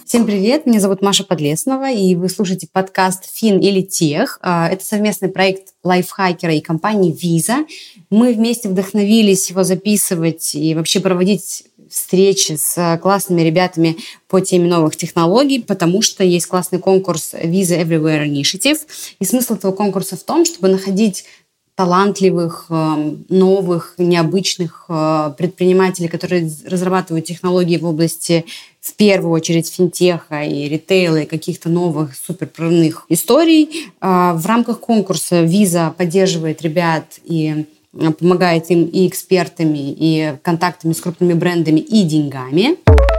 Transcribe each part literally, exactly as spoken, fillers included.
Всем привет, меня зовут Маша Подлеснова, и вы слушаете подкаст «Фин или Тех». Это совместный проект лайфхакера и компании Visa. Мы вместе вдохновились его записывать и вообще проводить встречи с классными ребятами по теме новых технологий, потому что есть классный конкурс Visa Everywhere Initiative. И смысл этого конкурса в том, чтобы находить талантливых, новых, необычных предпринимателей, которые разрабатывают технологии в области, в первую очередь, финтеха и ритейла, и каких-то новых суперпрорывных историй. В рамках конкурса Visa поддерживает ребят и помогает им и экспертами, и контактами с крупными брендами, и деньгами.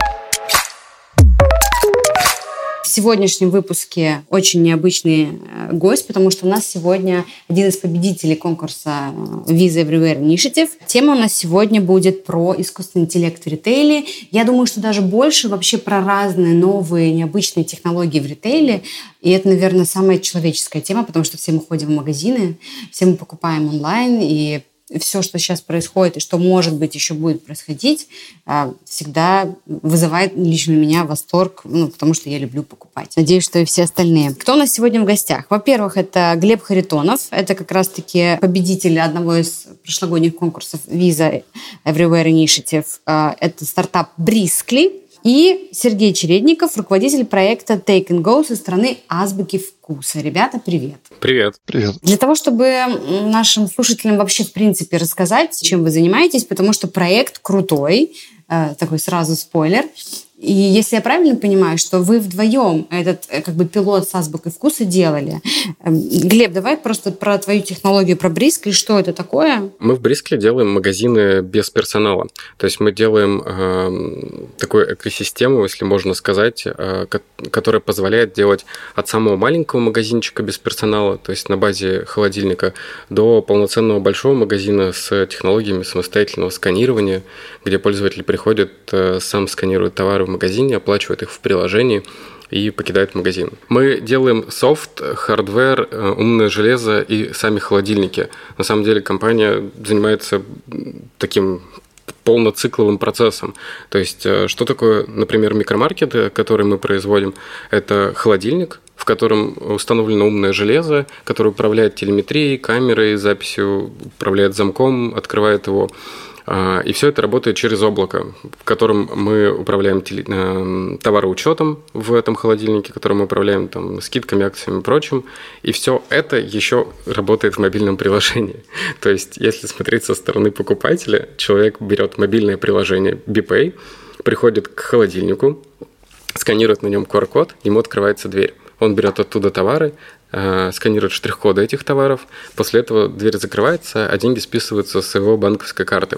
В сегодняшнем выпуске очень необычный гость, потому что у нас сегодня один из победителей конкурса Visa Everywhere Initiative. Тема у нас сегодня будет про искусственный интеллект в ритейле. Я думаю, что даже больше вообще про разные новые необычные технологии в ритейле. И это, наверное, самая человеческая тема, потому что все мы ходим в магазины, все мы покупаем онлайн, и все, что сейчас происходит и что, может быть, еще будет происходить, всегда вызывает лично меня восторг, ну, потому что я люблю покупать. Надеюсь, что и все остальные. Кто у нас сегодня в гостях? Во-первых, это Глеб Харитонов. Это как раз-таки победитель одного из прошлогодних конкурсов Visa Everywhere Initiative. Это стартап Briskly. И Сергей Чередников, руководитель проекта Take and Go со стороны Азбуки Вкуса. Ребята, привет. Привет. Привет. Для того, чтобы нашим слушателям вообще в принципе рассказать, чем вы занимаетесь, потому что проект крутой, э, такой сразу спойлер. И если я правильно понимаю, что вы вдвоем этот как бы пилот с Азбукой Вкуса делали. Глеб, давай просто про твою технологию, про Briskly, что это такое? Мы в Briskly делаем магазины без персонала. То есть мы делаем э, такую экосистему, если можно сказать, э, которая позволяет делать от самого маленького магазинчика без персонала, то есть на базе холодильника, до полноценного большого магазина с технологиями самостоятельного сканирования, где пользователь приходит, э, сам сканирует товары в магазине, оплачивает их в приложении и покидает магазин. Мы делаем софт, хардвер, умное железо и сами холодильники. На самом деле компания занимается таким полноцикловым процессом. То есть, что такое, например, микромаркет, который мы производим? Это холодильник, в котором установлено умное железо, которое управляет телеметрией, камерой, записью, управляет замком, открывает его. И все это работает через облако, в котором мы управляем теле... товароучетом в этом холодильнике, которым мы управляем там, скидками, акциями и прочим. И все это еще работает в мобильном приложении. То есть, если смотреть со стороны покупателя, человек берет мобильное приложение BeePay, приходит к холодильнику, сканирует на нем ку ар-код, ему открывается дверь. Он берет оттуда товары, сканирует штрих-коды этих товаров, после этого дверь закрывается, а деньги списываются с его банковской карты.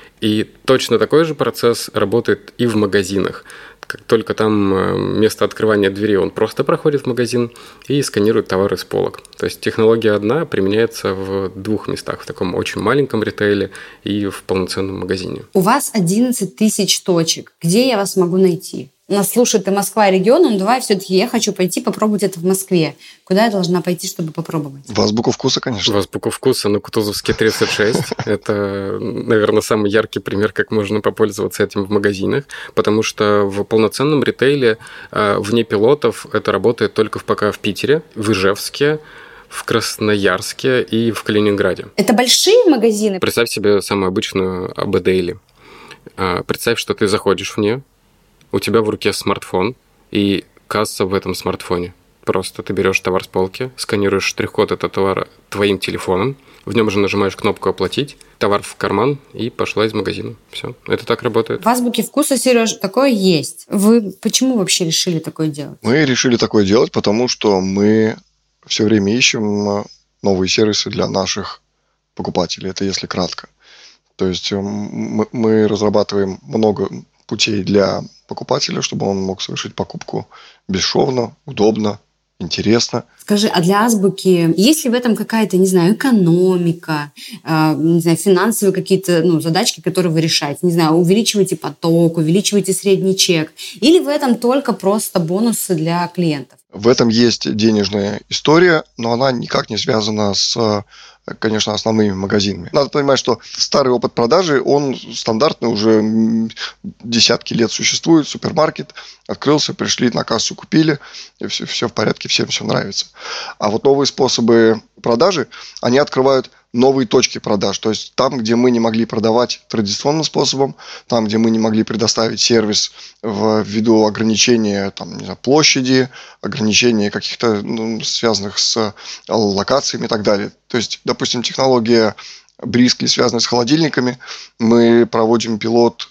И точно такой же процесс работает и в магазинах. Как только там место открывания двери, он просто проходит в магазин и сканирует товары с полок. То есть технология одна применяется в двух местах, в таком очень маленьком ритейле и в полноценном магазине. У вас одиннадцать тысяч точек. Где я вас могу найти? Нас слушает и Москва, и регион, ну давай все-таки я хочу пойти попробовать это в Москве. Куда я должна пойти, чтобы попробовать? В Азбуку Вкуса, конечно. В Азбуку Вкуса на Кутузовске тридцать шесть. Это, наверное, самый яркий пример, как можно попользоваться этим в магазинах, потому что в полноценном ритейле вне пилотов это работает только пока в Питере, в Ижевске, в Красноярске и в Калининграде. Это большие магазины? Представь себе самую обычную эй би Daily. Представь, что ты заходишь в нее, у тебя в руке смартфон и касса в этом смартфоне. Просто ты берешь товар с полки, сканируешь штрих-код этого товара твоим телефоном, в нем же нажимаешь кнопку «Оплатить», товар в карман и пошла из магазина. Все, это так работает. В Азбуке Вкуса, Сереж, такое есть. Вы почему вообще решили такое делать? Мы решили такое делать, потому что мы все время ищем новые сервисы для наших покупателей. Это если кратко. То есть мы, мы разрабатываем много путей для покупателя, чтобы он мог совершить покупку бесшовно, удобно, интересно. Скажи, а для Азбуки есть ли в этом какая-то, не знаю, экономика, э, не знаю, финансовые какие-то ну, задачки, которые вы решаете? Не знаю, увеличиваете поток, увеличиваете средний чек? Или в этом только просто бонусы для клиентов? В этом есть денежная история, но она никак не связана с конечно, основными магазинами. Надо понимать, что старый опыт продажи, он стандартный, уже десятки лет существует, супермаркет открылся, пришли на кассу, купили, и все, все в порядке, всем все нравится. А вот новые способы продажи, они открывают новые точки продаж, то есть там, где мы не могли продавать традиционным способом, там, где мы не могли предоставить сервис ввиду ограничения там, не знаю, площади, ограничения каких-то ну, связанных с локациями и так далее. То есть, допустим, технология Briskly, связанная с холодильниками, мы проводим пилот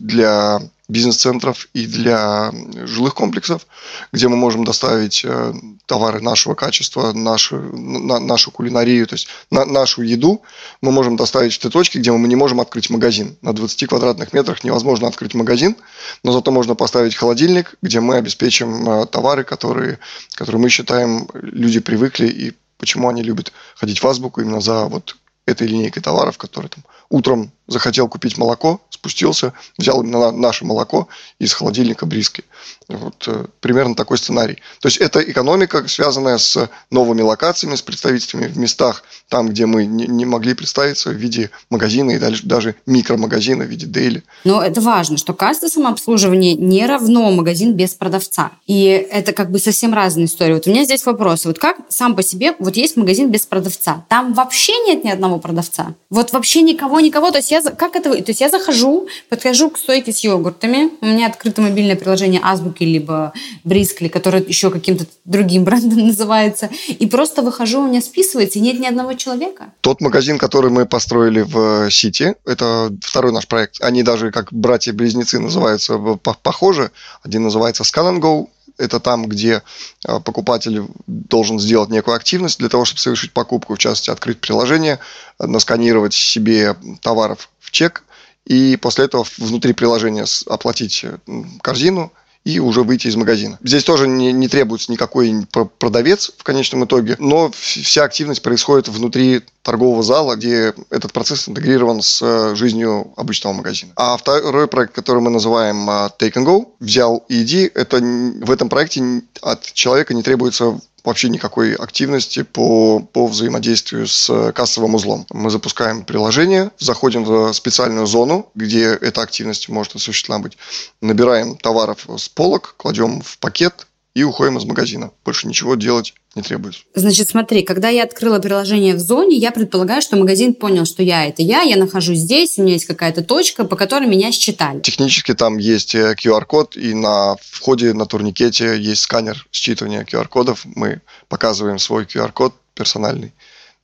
для бизнес-центров и для жилых комплексов, где мы можем доставить товары нашего качества, нашу, на, нашу кулинарию, то есть на, нашу еду мы можем доставить в те точки, где мы не можем открыть магазин. На двадцати квадратных метрах невозможно открыть магазин, но зато можно поставить холодильник, где мы обеспечим товары, которые, которые мы считаем, люди привыкли, и почему они любят ходить в Азбуку именно за вот этой линейкой товаров, которые там утром захотел купить молоко, спустился, взял именно наше молоко из холодильника Briskly. Вот э, примерно такой сценарий. То есть это экономика, связанная с новыми локациями, с представительствами в местах, там, где мы не, не могли представиться в виде магазина и даже, даже микромагазина в виде дейли. Но это важно, что касса самообслуживания не равно магазин без продавца. И это как бы совсем разная история. Вот у меня здесь вопрос. Вот как сам по себе, вот есть магазин без продавца, там вообще нет ни одного продавца? Вот вообще никого, никого. То есть я, как это, то есть я захожу, подхожу к стойке с йогуртами, у меня открыто мобильное приложение Азбуки, либо Briskly, которое еще каким-то другим брендом называется, и просто выхожу, у меня списывается, и нет ни одного человека. Тот магазин, который мы построили в Сити, это второй наш проект. Они даже как братья-близнецы называются похоже. Один называется Scan and Go. Это там, где покупатель должен сделать некую активность для того, чтобы совершить покупку, в частности, открыть приложение, насканировать себе товаров в чек, и после этого внутри приложения оплатить корзину и уже выйти из магазина. Здесь тоже не, не требуется никакой продавец в конечном итоге, но вся активность происходит внутри торгового зала, где этот процесс интегрирован с жизнью обычного магазина. А второй проект, который мы называем Take and Go, взял и иди, это в этом проекте от человека не требуется вообще никакой активности по, по взаимодействию с кассовым узлом. Мы запускаем приложение, заходим в специальную зону, где эта активность может осуществлена быть, набираем товаров с полок, кладем в пакет и уходим из магазина. Больше ничего делать не требуется. Значит, смотри, когда я открыла приложение в зоне, я предполагаю, что магазин понял, что я – это я, я нахожусь здесь, у меня есть какая-то точка, по которой меня считали. Технически там есть ку ар-код, и на входе на турникете есть сканер считывания ку ар-кодов. Мы показываем свой ку ар-код персональный,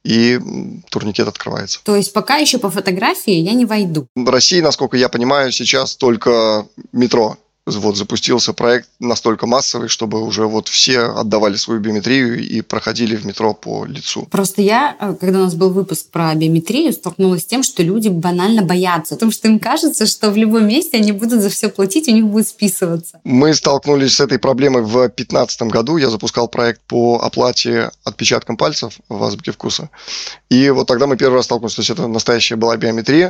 и турникет открывается. То есть пока еще по фотографии я не войду? В России, насколько я понимаю, сейчас только метро. Вот запустился проект настолько массовый, чтобы уже вот все отдавали свою биометрию и проходили в метро по лицу. Просто я, когда у нас был выпуск про биометрию, столкнулась с тем, что люди банально боятся, потому что им кажется, что в любом месте они будут за все платить, у них будет списываться. Мы столкнулись с этой проблемой в две тысячи пятнадцатом году. Я запускал проект по оплате отпечатком пальцев в Азбуке Вкуса. И вот тогда мы первый раз столкнулись. То есть это настоящая была биометрия.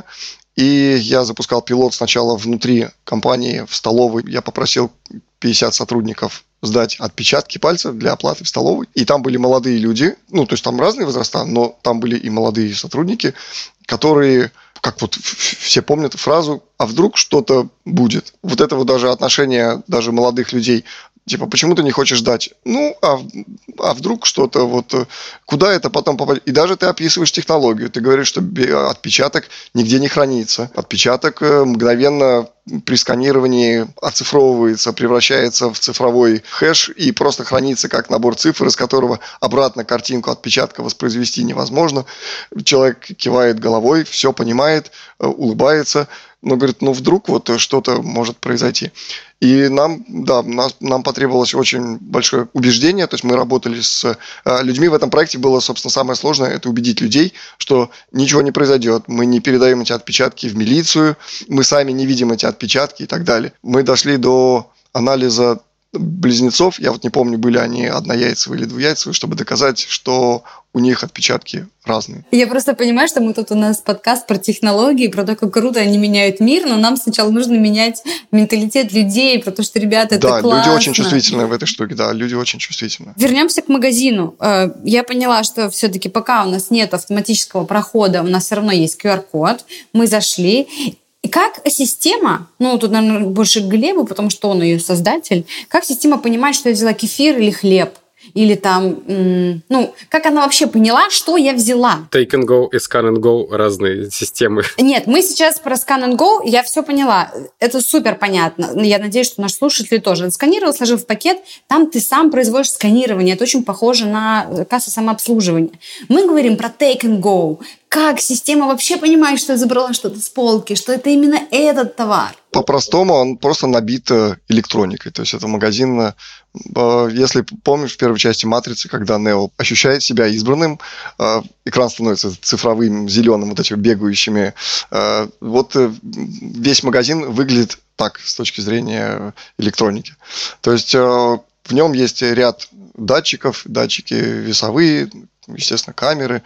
И я запускал пилот сначала внутри компании, в столовой. Я попросил пятьдесят сотрудников сдать отпечатки пальцев для оплаты в столовой. И там были молодые люди, ну, то есть там разные возраста, но там были и молодые сотрудники, которые, как вот все помнят фразу, а вдруг что-то будет. Вот это вот даже отношение даже молодых людей. Типа, почему ты не хочешь ждать? Ну, а, а вдруг что-то, вот, куда это потом попадет? И даже ты описываешь технологию. Ты говоришь, что отпечаток нигде не хранится. Отпечаток мгновенно при сканировании оцифровывается, превращается в цифровой хэш и просто хранится как набор цифр, из которого обратно картинку отпечатка воспроизвести невозможно. Человек кивает головой, все понимает, улыбается, но говорит, ну вдруг вот что-то может произойти. И нам, да, нас, нам потребовалось очень большое убеждение, то есть мы работали с э, людьми. В этом проекте было, собственно, самое сложное, это убедить людей, что ничего не произойдет. Мы не передаем эти отпечатки в милицию, мы сами не видим эти отпечатки и так далее. Мы дошли до анализа близнецов, я вот не помню, были они однояйцевые или двуяйцевые, чтобы доказать, что у них отпечатки разные. Я просто понимаю, что мы тут у нас подкаст про технологии, про то, как круто они меняют мир, но нам сначала нужно менять менталитет людей, про то, что, ребята, это да, классно. Да, люди очень чувствительны в этой штуке, да, люди очень чувствительны. Вернемся к магазину. Я поняла, что все-таки пока у нас нет автоматического прохода, у нас все равно есть ку ар код, мы зашли. И как система, ну, тут, наверное, больше к Глебу, потому что он ее создатель, как система понимает, что я взяла кефир или хлеб? Или там, ну, как она вообще поняла, что я взяла? Take and go и scan and go разные системы. Нет, мы сейчас про scan and go, я все поняла. Это супер понятно. Я надеюсь, что наши слушатели тоже. Сканировал, сложил в пакет, там ты сам производишь сканирование. Это очень похоже на кассу самообслуживания. Мы говорим про take and go. Как система вообще понимает, что я забрала что-то с полки, что это именно этот товар? По-простому он просто набит электроникой. То есть это магазин, если помнишь в первой части «Матрицы», когда Нео ощущает себя избранным, экран становится цифровым, зеленым, вот этими бегающими. Вот весь магазин выглядит так с точки зрения электроники. То есть в нем есть ряд датчиков, датчики весовые, естественно, камеры,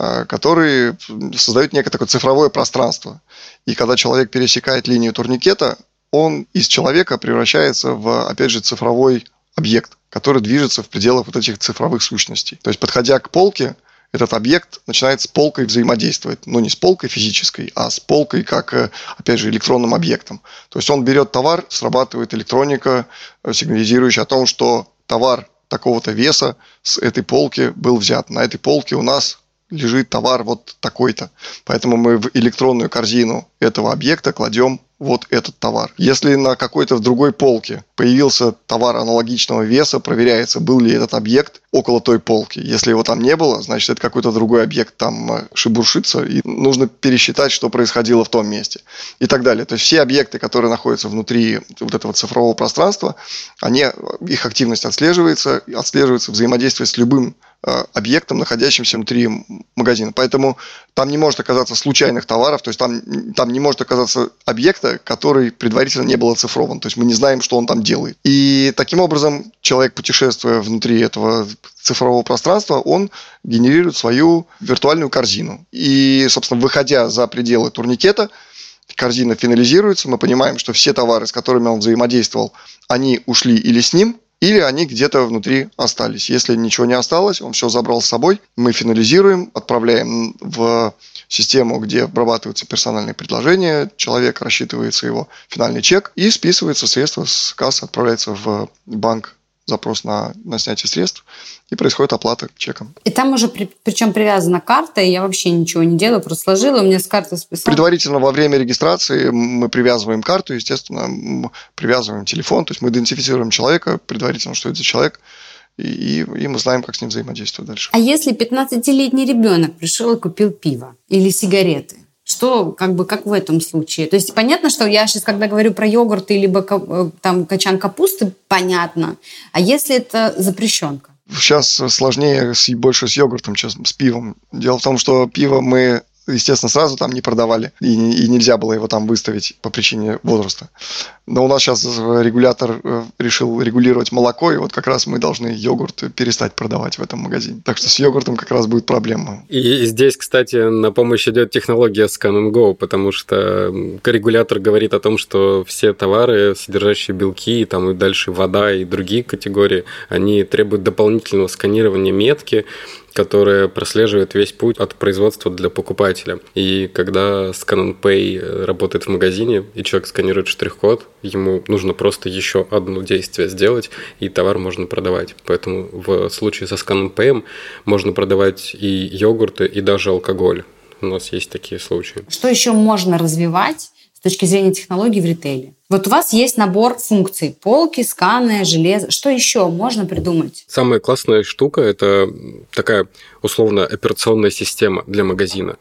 которые создают некое такое цифровое пространство. И когда человек пересекает линию турникета, он из человека превращается в, опять же, цифровой объект, который движется в пределах вот этих цифровых сущностей. То есть, подходя к полке, этот объект начинает с полкой взаимодействовать. Но не с полкой физической, а с полкой как, опять же, электронным объектом. То есть, он берет товар, срабатывает электроника, сигнализирующая о том, что товар такого-то веса с этой полки был взят. На этой полке у нас лежит товар вот такой-то. Поэтому мы в электронную корзину этого объекта кладем вот этот товар. Если на какой-то другой полке появился товар аналогичного веса, проверяется, был ли этот объект около той полки. Если его там не было, значит, это какой-то другой объект там шебуршится, и нужно пересчитать, что происходило в том месте. И так далее. То есть все объекты, которые находятся внутри вот этого цифрового пространства, они, их активность отслеживается, отслеживается взаимодействие с любым объектом, находящимся внутри магазина. Поэтому там не может оказаться случайных товаров, то есть там, там не может оказаться объекта, который предварительно не был оцифрован. То есть мы не знаем, что он там делает. И таким образом человек, путешествуя внутри этого цифрового пространства, он генерирует свою виртуальную корзину. И, собственно, выходя за пределы турникета, корзина финализируется, мы понимаем, что все товары, с которыми он взаимодействовал, они ушли или с ним, или они где-то внутри остались. Если ничего не осталось, он все забрал с собой, мы финализируем, отправляем в систему, где обрабатываются персональные предложения, человек рассчитывается его финальный чек и списывается средства с кассы, отправляется в банк запрос на, на снятие средств, и происходит оплата чеком. И там уже при, причем привязана карта, и я вообще ничего не делаю, просто сложила, у меня с карты списала. Предварительно во время регистрации мы привязываем карту, естественно, привязываем телефон, то есть мы идентифицируем человека предварительно, что это за человек, и, и мы знаем, как с ним взаимодействовать дальше. А если пятнадцатилетний ребенок пришел и купил пиво или сигареты? Что, как бы, как в этом случае? То есть понятно, что я сейчас, когда говорю про йогурты либо там качан капусты, понятно. А если это запрещенка? Сейчас сложнее с, больше с йогуртом, чем с пивом. Дело в том, что пиво мы, естественно, сразу там не продавали, и, и нельзя было его там выставить по причине возраста. Но у нас сейчас регулятор решил регулировать молоко, и вот как раз мы должны йогурт перестать продавать в этом магазине. Так что с йогуртом как раз будет проблема. И здесь, кстати, на помощь идет технология Scan and Go, потому что регулятор говорит о том, что все товары, содержащие белки, там и дальше вода и другие категории, они требуют дополнительного сканирования метки, которая прослеживает весь путь от производства для покупателя. И когда Scan and Pay работает в магазине, и человек сканирует штрих-код, ему нужно просто еще одно действие сделать, и товар можно продавать. Поэтому в случае со Scan and Pay можно продавать и йогурты, и даже алкоголь. У нас есть такие случаи. Что еще можно развивать с точки зрения технологий в ритейле? Вот у вас есть набор функций. Полки, сканы, железо. Что еще можно придумать? Самая классная штука – это такая условно операционная система для магазина.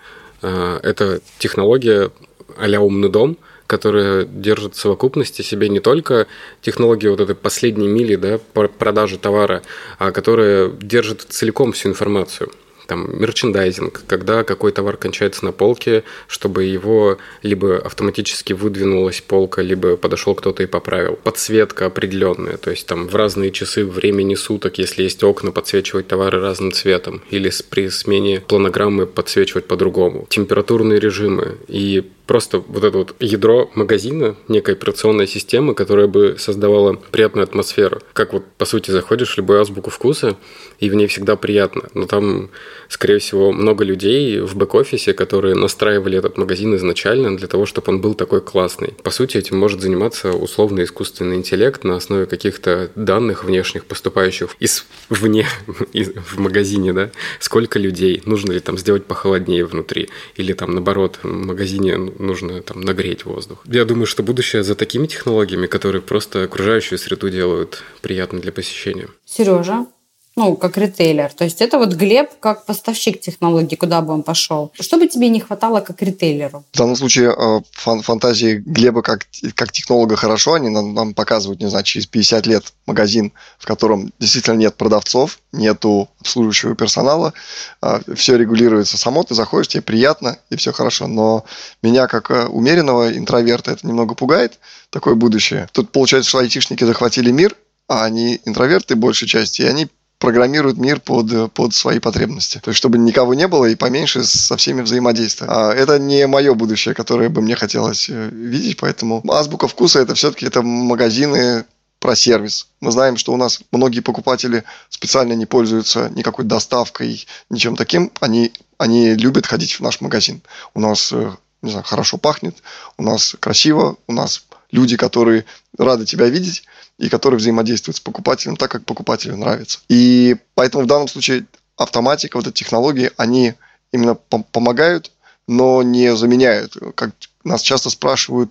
Это технология а-ля умный дом, которая держит в совокупности себе не только технологию вот этой последней мили, да, продажи товара, а которая держит целиком всю информацию. там мерчендайзинг, когда какой товар кончается на полке, чтобы его либо автоматически выдвинулась полка, либо подошел кто-то и поправил. Подсветка определенная, то есть там в разные часы времени суток, если есть окна, подсвечивать товары разным цветом, или при смене планограммы подсвечивать по-другому. Температурные режимы и просто вот это вот ядро магазина, некая операционная система, которая бы создавала приятную атмосферу. Как вот, по сути, заходишь в любую азбуку вкуса, и в ней всегда приятно. Но там, скорее всего, много людей в бэк-офисе, которые настраивали этот магазин изначально для того, чтобы он был такой классный. По сути, этим может заниматься условно искусственный интеллект на основе каких-то данных внешних, поступающих извне в магазине, да? Сколько людей, нужно ли там сделать похолоднее внутри, или там, наоборот, в магазине нужно там нагреть воздух. Я думаю, что будущее за такими технологиями, которые просто окружающую среду делают приятной для посещения. Сережа, ну, как ритейлер. То есть это вот Глеб как поставщик технологий, куда бы он пошел. Что бы тебе не хватало как ритейлеру? В данном случае фан- фантазии Глеба как, как технолога хорошо. Они нам, нам показывают, не знаю, через пятьдесят лет магазин, в котором действительно нет продавцов, нету обслуживающего персонала. Все регулируется само, ты заходишь, тебе приятно, и все хорошо. Но меня, как умеренного интроверта, это немного пугает, такое будущее. Тут получается, что айтишники захватили мир, а они интроверты большей части, и они программируют мир под, под свои потребности. То есть, чтобы никого не было и поменьше со всеми взаимодействовать. А это не мое будущее, которое бы мне хотелось видеть, поэтому азбука вкуса – это все-таки это магазины про сервис. Мы знаем, что у нас многие покупатели специально не пользуются никакой доставкой, ничем таким. Они, они любят ходить в наш магазин. У нас, не знаю, хорошо пахнет, у нас красиво, у нас люди, которые рады тебя видеть, и которые взаимодействуют с покупателем так, как покупателю нравится. И поэтому в данном случае автоматика, вот эти технологии, они именно пом- помогают, но не заменяют. Как нас часто спрашивают,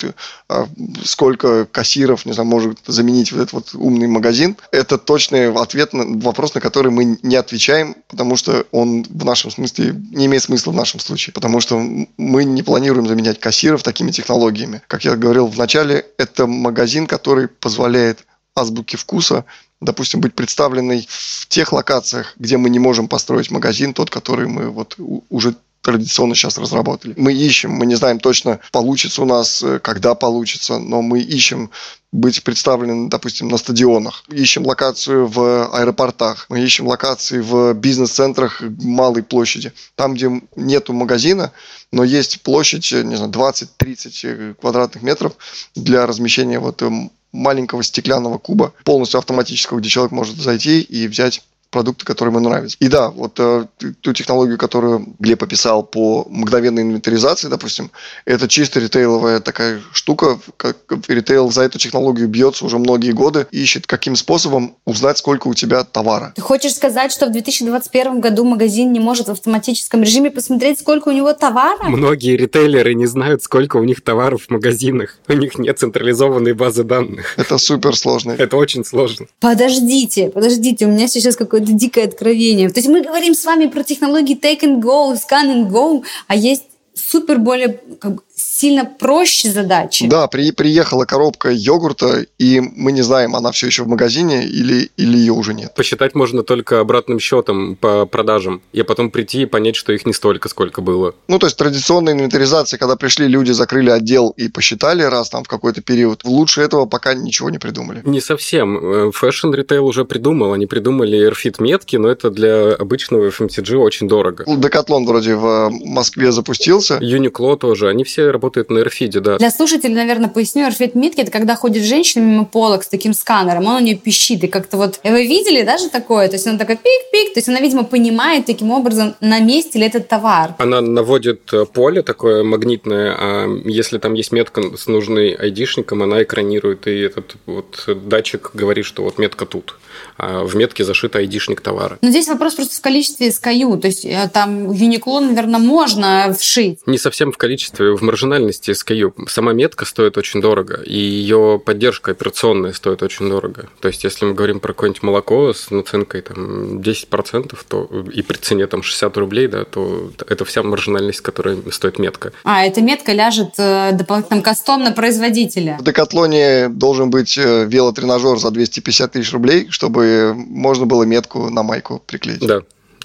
сколько кассиров, не знаю, может заменить вот этот вот умный магазин. Это точный ответ на вопрос, на который мы не отвечаем, потому что он в нашем смысле не имеет смысла в нашем случае. Потому что мы не планируем заменять кассиров такими технологиями. Как я говорил в начале, это магазин, который позволяет азбуке вкуса, допустим, быть представленной в тех локациях, где мы не можем построить магазин, тот, который мы вот уже традиционно сейчас разработали. Мы ищем, мы не знаем точно, получится у нас, когда получится, но мы ищем быть представлены, допустим, на стадионах. Ищем локацию в аэропортах, мы ищем локации в бизнес-центрах малой площади. Там, где нету магазина, но есть площадь, не знаю, двадцать-тридцать квадратных метров для размещения вот маленького стеклянного куба, полностью автоматического, где человек может зайти и взять продукты, которые ему нравятся. И да, вот э, ту технологию, которую Глеб описал по мгновенной инвентаризации, допустим, это чисто ритейловая такая штука. Как ритейл за эту технологию бьется уже многие годы и ищет, каким способом узнать, сколько у тебя товара. Ты хочешь сказать, что в две тысячи двадцать первом году магазин не может в автоматическом режиме посмотреть, сколько у него товара? Многие ритейлеры не знают, сколько у них товаров в магазинах. У них нет централизованной базы данных. Это супер сложно. Это очень сложно. Подождите, подождите, у меня сейчас какое-то дикое откровение. То есть мы говорим с вами про технологии take and go, scan and go, а есть супер более как бы, сильно проще задачи. Да, при, приехала коробка йогурта, и мы не знаем, она все еще в магазине или, или ее уже нет. Посчитать можно только обратным счетом по продажам, и потом прийти и понять, что их не столько, сколько было. Ну, то есть традиционная инвентаризация, когда пришли люди, закрыли отдел и посчитали раз там в какой-то период, лучше этого пока ничего не придумали. Не совсем. Фэшн-ритейл уже придумал. Они придумали AirFit-метки, но это для обычного эф эм си джи очень дорого. Decathlon вроде в Москве запустился. Uniqlo тоже. Они все работают на AirFit, да. Для слушателей, наверное, поясню, AirFit-метки – это когда ходит женщина мимо полок с таким сканером, он у нее пищит, и как-то вот... Вы видели даже такое? То есть она такая пик-пик, то есть она, видимо, понимает таким образом, на месте ли этот товар. Она наводит поле такое магнитное, а если там есть метка с нужной айдишником, она экранирует, и этот вот датчик говорит, что вот метка тут. А в метке зашит айдишник товара. Но здесь вопрос просто в количестве эс кей ю, то есть там Uniqlo, наверное, можно вшить. Не совсем в количестве, в маржинальности эс кей ю. Сама метка стоит очень дорого, и ее поддержка операционная стоит очень дорого. То есть, если мы говорим про какое-нибудь молоко с наценкой там, десять процентов, то и при цене там, шестьдесят рублей, да, то это вся маржинальность, которая стоит метка. А, эта метка ляжет э, дополнительным костом на производителя. В Decathlon должен быть велотренажер за двести пятьдесят тысяч рублей, чтобы можно было метку на майку приклеить. Да.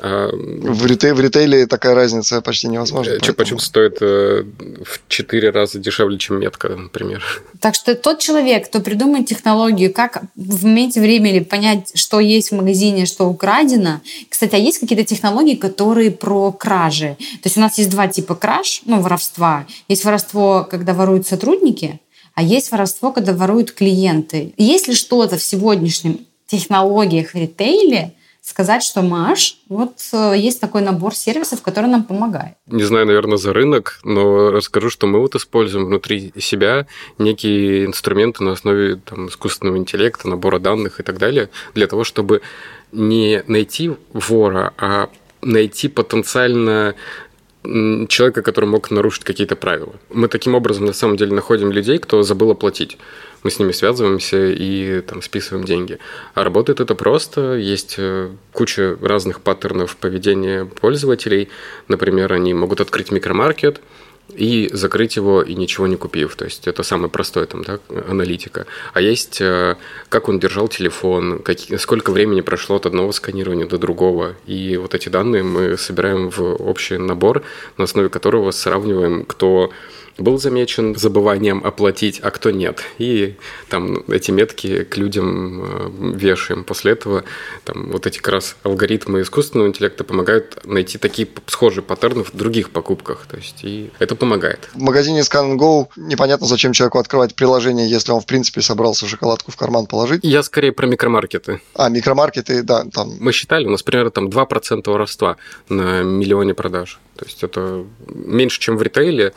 А... В, ритейле, в ритейле такая разница почти невозможна. Чупа-чупс стоит э, в четыре раза дешевле, чем метка, например. Так что тот человек, кто придумает технологию, как в моменте времени понять, что есть в магазине, что украдено. Кстати, а есть какие-то технологии, которые про кражи? То есть у нас есть два типа краж, ну, воровства. Есть воровство, когда воруют сотрудники, а есть воровство, когда воруют клиенты. Есть ли что-то в сегодняшнем технологиях в ритейле, сказать, что, Маш, вот есть такой набор сервисов, который нам помогает? Не знаю, наверное, за рынок, но расскажу, что мы вот используем внутри себя некие инструменты на основе там, искусственного интеллекта, набора данных и так далее, для того, чтобы не найти вора, а найти потенциально человека, который мог нарушить какие-то правила. Мы таким образом, на самом деле, находим людей, кто забыл оплатить. Мы с ними связываемся и там, списываем деньги. А работает это просто. Есть куча разных паттернов поведения пользователей. Например, они могут открыть микромаркет и закрыть его, и ничего не купив. То есть это самое простое, там, да, аналитика. А есть, как он держал телефон, какие, сколько времени прошло от одного сканирования до другого. И вот эти данные мы собираем в общий набор, на основе которого сравниваем, кто был замечен забыванием оплатить, а кто нет. И там эти метки к людям вешаем. После этого там, вот эти как раз алгоритмы искусственного интеллекта помогают найти такие схожие паттерны в других покупках. То есть, и это помогает. В магазине Scan and Go непонятно, зачем человеку открывать приложение, если он, в принципе, собрался шоколадку в карман положить. Я скорее про микромаркеты. А, микромаркеты, да. Там... Мы считали, у нас примерно там два процента воровства на миллионе продаж. То есть это меньше, чем в ритейле,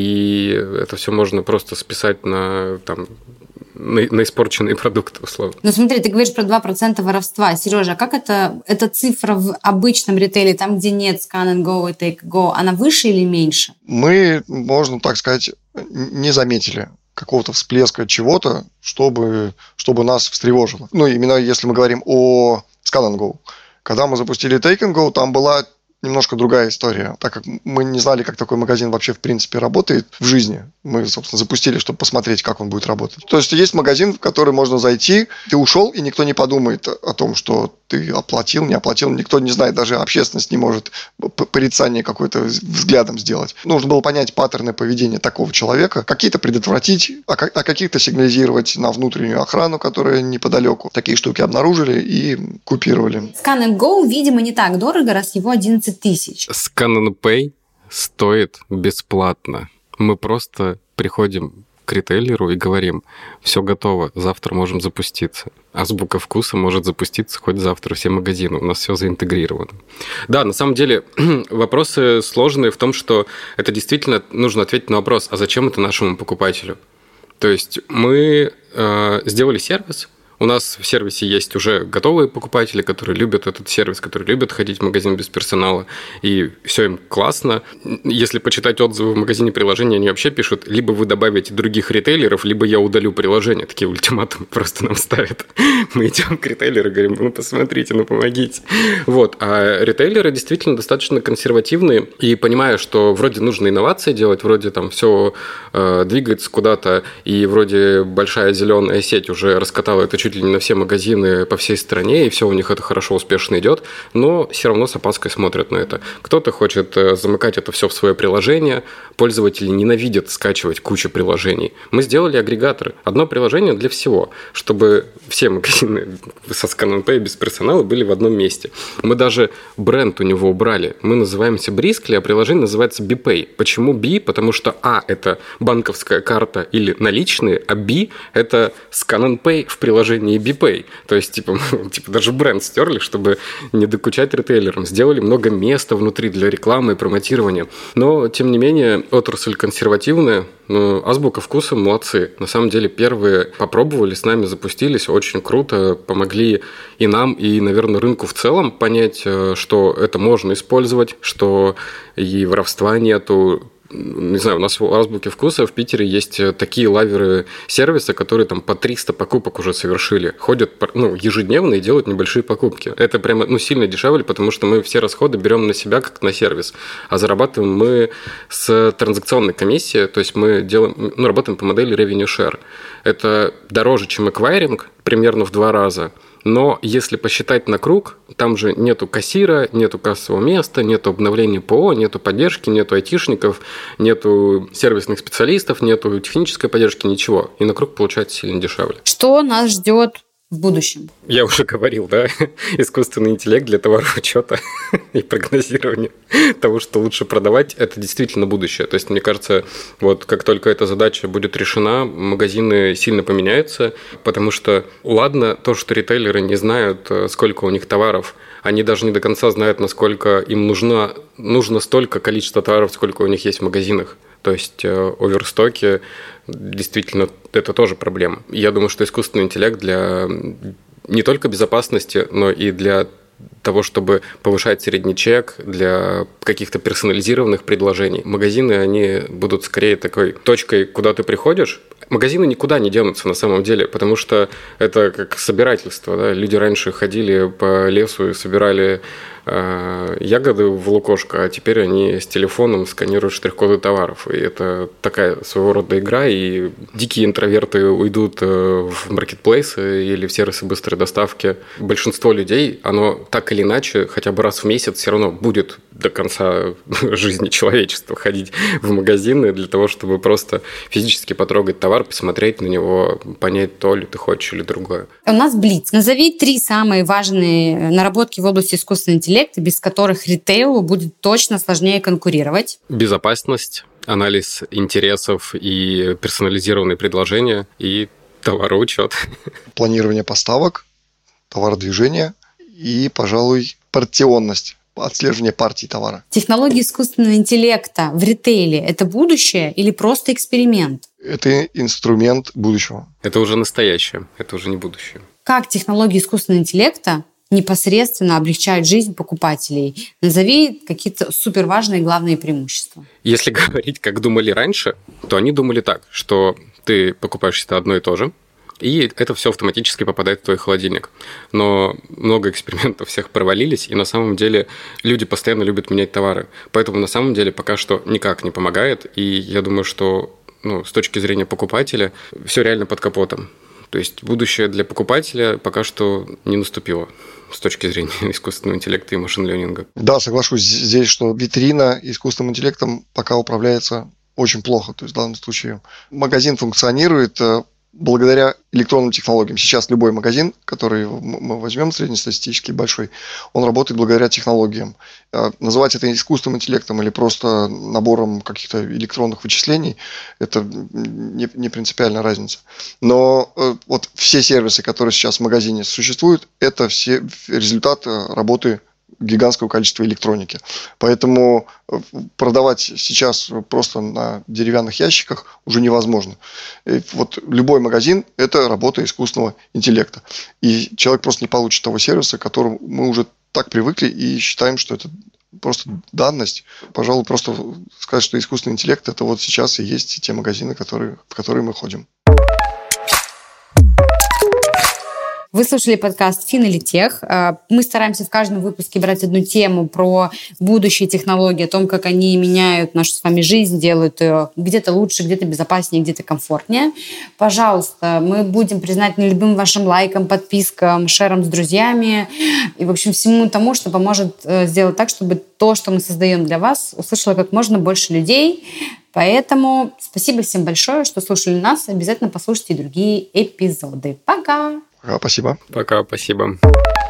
и это все можно просто списать на, там, на, на испорченные продукты, условно. Ну смотри, ты говоришь про два процента воровства. Сережа, а как это, эта цифра в обычном ритейле, там, где нет Scan and Go и Take Go, она выше или меньше? Мы, можно так сказать, не заметили какого-то всплеска чего-то, чтобы, чтобы нас встревожило. Ну, именно если мы говорим о Scan and Go. Когда мы запустили Take and Go, там была немножко другая история, так как мы не знали, как такой магазин вообще в принципе работает в жизни. Мы, собственно, запустили, чтобы посмотреть, как он будет работать. То есть есть магазин, в который можно зайти, ты ушел, и никто не подумает о том, что ты оплатил, не оплатил. Никто не знает, даже общественность не может порицание какое-то взглядом сделать. Нужно было понять паттерны поведения такого человека, какие-то предотвратить, а каких-то сигнализировать на внутреннюю охрану, которая неподалеку. Такие штуки обнаружили и купировали. Scan and Go, видимо, не так дорого, раз его одиннадцать тысяч. Scan and Pay стоит бесплатно. Мы просто приходим к ритейлеру и говорим: все готово, завтра можем запуститься. Азбука вкуса может запуститься хоть завтра, все магазины, у нас все заинтегрировано. Да, на самом деле вопросы сложные в том, что это действительно нужно ответить на вопрос: а зачем это нашему покупателю? То есть мы э, сделали сервис. У нас в сервисе есть уже готовые покупатели, которые любят этот сервис, которые любят ходить в магазин без персонала, и все им классно. Если почитать отзывы в магазине приложения, они вообще пишут: либо вы добавите других ритейлеров, либо я удалю приложение. Такие ультиматумы просто нам ставят. Мы идем к ритейлеру и говорим: ну, посмотрите, ну, помогите. Вот. А ритейлеры действительно достаточно консервативные, и понимая, что вроде нужно инновации делать, вроде там все э, двигается куда-то, и вроде большая зеленая сеть уже раскатала это чуть ли не на все магазины по всей стране, и все у них это хорошо, успешно идет, но все равно с опаской смотрят на это. Кто-то хочет замыкать это все в свое приложение, пользователи ненавидят скачивать кучу приложений. Мы сделали агрегаторы. Одно приложение для всего, чтобы все магазины со Scan and Pay без персонала были в одном месте. Мы даже бренд у него убрали. Мы называемся Briskly, а приложение называется BPay. Почему B? Потому что А – это банковская карта или наличные, а B – это Scan and Pay в приложении и BPay. То есть, типа, мы, типа, даже бренд стерли, чтобы не докучать ритейлерам. Сделали много места внутри для рекламы и промотирования. Но, тем не менее, отрасль консервативная. Ну, Азбука вкуса молодцы. На самом деле, первые попробовали, с нами запустились. Очень круто. Помогли и нам, и, наверное, рынку в целом понять, что это можно использовать, что и воровства нету. Не знаю, у нас в Азбуке вкуса в Питере есть такие лаверы сервиса, которые там по триста покупок уже совершили. Ходят, ну, ежедневно и делают небольшие покупки. Это прямо, ну, сильно дешевле, потому что мы все расходы берем на себя, как на сервис. А зарабатываем мы с транзакционной комиссией, то есть мы делаем, ну, работаем по модели revenue share. Это дороже, чем эквайринг, примерно в два раза. Но если посчитать на круг, там же нету кассира, нету кассового места, нету обновления ПО, нету поддержки, нету айтишников, нету сервисных специалистов, нету технической поддержки, ничего. И на круг получается сильно дешевле. Что нас ждет в будущем? Я уже говорил, да, искусственный интеллект для товароучета и прогнозирования того, что лучше продавать, это действительно будущее. То есть, мне кажется, вот как только эта задача будет решена, магазины сильно поменяются, потому что, ладно, то, что ритейлеры не знают, сколько у них товаров, они даже не до конца знают, насколько им нужно, нужно столько количества товаров, сколько у них есть в магазинах. То есть оверстоки, действительно, это тоже проблема. Я думаю, что искусственный интеллект для не только безопасности, но и для того, чтобы повышать средний чек, для каких-то персонализированных предложений. Магазины, они будут скорее такой точкой, куда ты приходишь. Магазины никуда не денутся на самом деле, потому что это как собирательство. Да? Люди раньше ходили по лесу и собирали э, ягоды в лукошко, а теперь они с телефоном сканируют штрих-коды товаров. И это такая своего рода игра, и дикие интроверты уйдут в маркетплейсы или в сервисы быстрой доставки. Большинство людей, оно так или иначе хотя бы раз в месяц все равно будет до конца жизни человечества ходить в магазины для того, чтобы просто физически потрогать товар, посмотреть на него, понять, то ли ты хочешь или другое. У нас блиц. Назови три самые важные наработки в области искусственного интеллекта, без которых ритейлу будет точно сложнее конкурировать. Безопасность, анализ интересов и персонализированные предложения, и товароучет. Планирование поставок, товародвижение и, пожалуй, партионность. Отслеживание партий товара. Технологии искусственного интеллекта в ритейле – это будущее или просто эксперимент? Это инструмент будущего. Это уже настоящее, это уже не будущее. Как технологии искусственного интеллекта непосредственно облегчают жизнь покупателей? Назови какие-то суперважные главные преимущества. Если говорить, как думали раньше, то они думали так, что ты покупаешь всегда одно и то же, и это все автоматически попадает в твой холодильник. Но много экспериментов всех провалились, и на самом деле люди постоянно любят менять товары. Поэтому на самом деле пока что никак не помогает, и я думаю, что ну, с точки зрения покупателя все реально под капотом. То есть будущее для покупателя пока что не наступило с точки зрения искусственного интеллекта и машин-ленинга. Да, соглашусь здесь, что витрина искусственным интеллектом пока управляется очень плохо. То есть в данном случае магазин функционирует благодаря электронным технологиям. Сейчас любой магазин, который мы возьмем среднестатистический большой, он работает благодаря технологиям. Называть это искусственным интеллектом или просто набором каких-то электронных вычислений, это не, не принципиальная разница. Но вот все сервисы, которые сейчас в магазине существуют, это все результат работы гигантского количества электроники. Поэтому продавать сейчас просто на деревянных ящиках уже невозможно. И вот любой магазин – это работа искусственного интеллекта. И человек просто не получит того сервиса, к которому мы уже так привыкли и считаем, что это просто данность. Пожалуй, просто сказать, что искусственный интеллект – это вот сейчас и есть те магазины, которые, в которые мы ходим. Вы слушали подкаст «Фин или Тех». Мы стараемся в каждом выпуске брать одну тему про будущие технологии, о том, как они меняют нашу с вами жизнь, делают ее где-то лучше, где-то безопаснее, где-то комфортнее. Пожалуйста, мы будем признательны любым вашим лайкам, подпискам, шерам с друзьями и, в общем, всему тому, что поможет сделать так, чтобы то, что мы создаем для вас, услышало как можно больше людей. Поэтому спасибо всем большое, что слушали нас. Обязательно послушайте другие эпизоды. Пока! Пока, спасибо. Пока, спасибо.